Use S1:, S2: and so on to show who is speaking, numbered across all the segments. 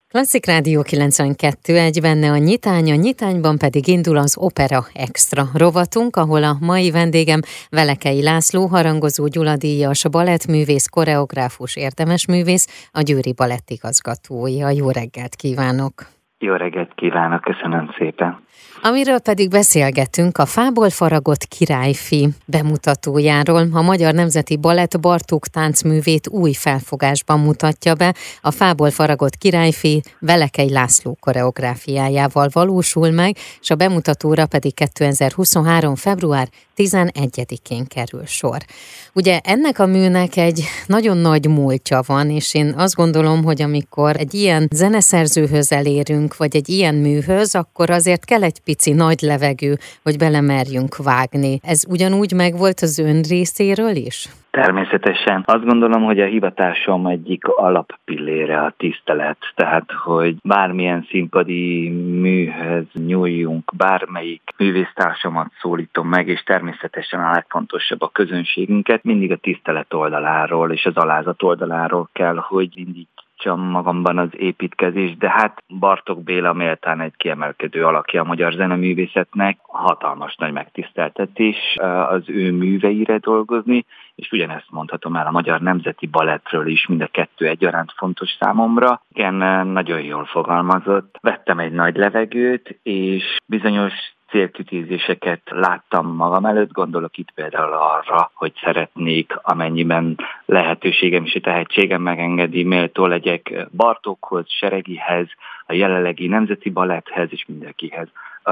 S1: Klasszik Rádió 92.1, benne a Nyitányban pedig indul az Opera Extra rovatunk, ahol a mai vendégem Velekei László, Harangozó Gyula díjas balettművész, koreográfus, érdemesművész, a Győri Balett igazgatója. Jó reggelt kívánok!
S2: Jó reggelt kívánok, köszönöm szépen!
S1: Amiről pedig beszélgetünk, a Fából faragott királyfi bemutatójáról. A Magyar Nemzeti Balett Bartók táncművét új felfogásban mutatja be. A Fából faragott királyfi Velekei László koreográfiájával valósul meg, és a bemutatóra pedig 2023. február 11-én kerül sor. Ugye ennek a műnek egy nagyon nagy múltja van, és én azt gondolom, hogy amikor egy ilyen zeneszerzőhöz elérünk, vagy egy ilyen műhöz, akkor azért kell egy pici nagy levegő, hogy belemerjünk vágni. Ez ugyanúgy megvolt az ön részéről is?
S2: Természetesen. Azt gondolom, hogy a hivatásom egyik alappillére a tisztelet, tehát hogy bármilyen színpadi műhöz nyúljunk, bármelyik művésztársamat szólítom meg, és természetesen a legfontosabb a közönségünket, mindig a tisztelet oldaláról és az alázat oldaláról kell, hogy indítsam magamban az építkezés, de hát Bartók Béla méltán egy kiemelkedő alakja a magyar zeneművészetnek, hatalmas nagy megtiszteltetés az ő műveire dolgozni, és ugyanezt mondhatom el a Magyar Nemzeti Balettről is, mind a kettő egyaránt fontos számomra. Igen, nagyon jól fogalmazott. Vettem egy nagy levegőt, és bizonyos célkitűzéseket láttam magam előtt, gondolok itt például arra, hogy szeretnék, amennyiben lehetőségem és a tehetségem megengedi, méltó legyek Bartókhoz, Seregihez, a jelenlegi Nemzeti Baletthez és mindenkihez,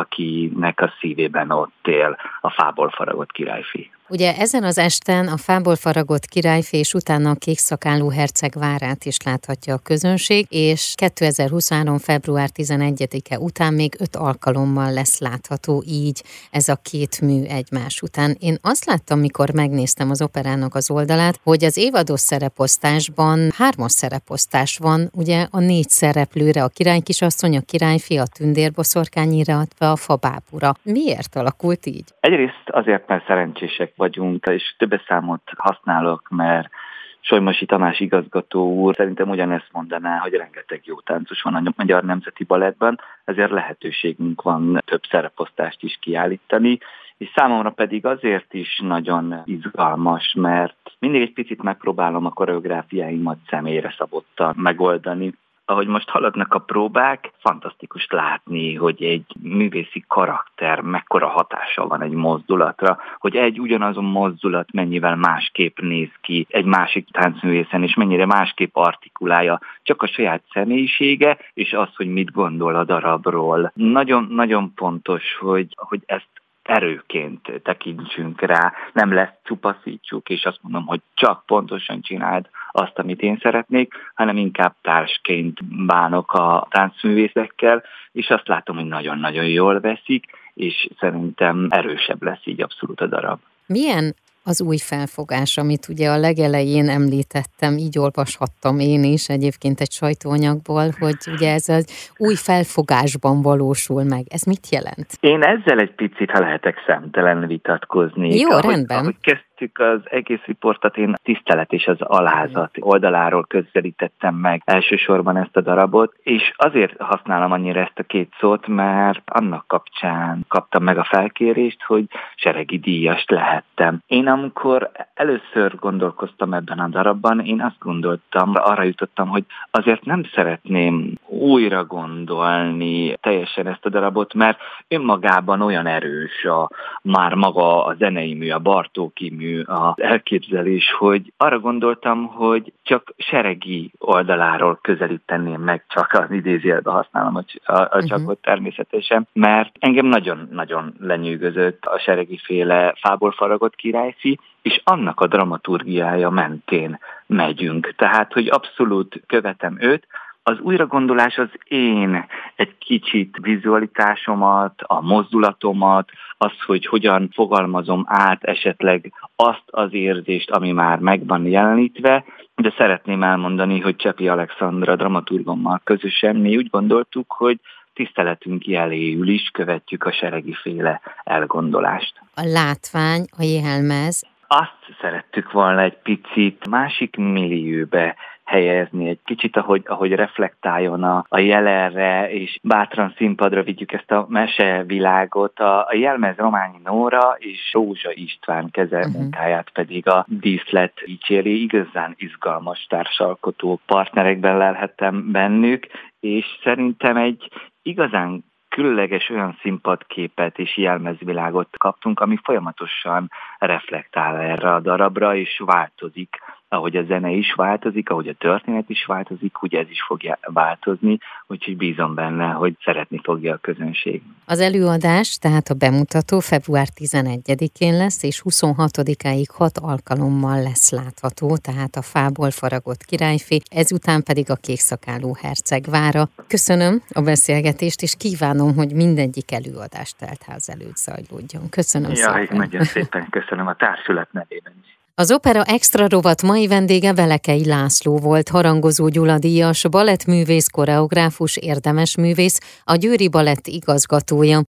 S2: akinek a szívében ott él a Fából faragott királyfi.
S1: Ugye ezen az esten a Fából faragott királyfi és utána a kékszakálú herceg várát is láthatja a közönség, és 2023. február 11-e után még 5 alkalommal lesz látható így ez a két mű egymás után. Én azt láttam, mikor megnéztem az operának az oldalát, hogy az évados szereposztásban 3 szereposztás van, ugye a 4 szereplőre, a királykisasszony, a királyfi, a tündérboszorkány, illetve a fabábura. Miért alakult így?
S2: Egyrészt azért, mert szerencsések vagyunk, és többes számot használok, mert Solymosi Tamás igazgató úr szerintem ugyanezt mondaná, hogy rengeteg jó táncos van a Magyar Nemzeti Balettben, ezért lehetőségünk van több szereposztást is kiállítani, és számomra pedig azért is nagyon izgalmas, mert mindig egy picit megpróbálom a koreográfiáimat személyre szabottan megoldani. Ahogy most haladnak a próbák, fantasztikus látni, hogy egy művészi karakter mekkora hatással van egy mozdulatra, hogy egy ugyanazon mozdulat mennyivel másképp néz ki egy másik táncművészen, és mennyire másképp artikulálja csak a saját személyisége, és az, hogy mit gondol a darabról. Nagyon fontos, hogy ezt erőként tekintsünk rá, nem leszupaszítsuk, és azt mondom, hogy csak pontosan csináld azt, amit én szeretnék, hanem inkább társként bánok a táncművészekkel, és azt látom, hogy nagyon-nagyon jól veszik, és szerintem erősebb lesz így abszolút a darab.
S1: Milyen az új felfogás, amit ugye a legelején említettem, így olvashattam én is egyébként egy sajtóanyagból, hogy ugye ez az új felfogásban valósul meg. Ez mit jelent?
S2: Én ezzel egy picit, ha lehetek számtelen vitatkozni.
S1: Jó, rendben.
S2: Ahogy kezdtük az egész riportot, én tisztelet és az alázat oldaláról közelítettem meg elsősorban ezt a darabot, és azért használom annyira ezt a két szót, mert annak kapcsán kaptam meg a felkérést, hogy seregi díjast lehettem. Én amikor először gondolkoztam ebben a darabban, én azt gondoltam, arra jutottam, hogy azért nem szeretném újra gondolni teljesen ezt a darabot, mert önmagában olyan erős már maga a zenei mű, a bartóki mű, az elképzelés, hogy arra gondoltam, hogy csak seregi oldaláról közelíteném meg, csak az idézőjelben használom a csakot természetesen, mert engem nagyon-nagyon lenyűgözött a seregi féle Fából faragott királyfi, és annak a dramaturgiája mentén megyünk. Tehát, hogy abszolút követem őt. Az újragondolás az én egy kicsit vizualitásomat, a mozdulatomat, az, hogy hogyan fogalmazom át esetleg azt az érzést, ami már meg van jelenítve, de szeretném elmondani, hogy Csepi Alexandra dramaturgommal közösen mi úgy gondoltuk, hogy tiszteletünk jeléül is követjük a seregiféle elgondolást.
S1: A látvány, a jelmez.
S2: Azt szerettük volna egy picit másik millióbe helyezni, egy kicsit, ahogy reflektáljon a jelenre, és bátran színpadra vigyük ezt a mesevilágot. A jelmez Rományi Nóra és Rózsa István kezelmunkáját pedig a díszlet dicséri. Igazán izgalmas társalkotó partnerekben lelhettem bennük, és szerintem egy igazán különleges olyan színpadképet és jelmezvilágot kaptunk, ami folyamatosan reflektál erre a darabra, és változik, ahogy a zene is változik, ahogy a történet is változik, úgy ez is fogja változni, úgyhogy bízom benne, hogy szeretni fogja a közönség.
S1: Az előadás, tehát a bemutató február 11-én lesz, és 26-áig 6 alkalommal lesz látható, tehát a fából faragott királyfi, ezután pedig a kékszakálú herceg vára. Köszönöm a beszélgetést, és kívánom, hogy mindegyik előadás teltház előtt zajlódjon. Köszönöm szépen.
S2: Nagyon szépen köszönöm a társulat nevében is.
S1: Az Opera Extra rovat mai vendége Velekei László volt, Harangozó Gyula díjas, balettművész, koreográfus, érdemes művész, a Győri Balett igazgatója.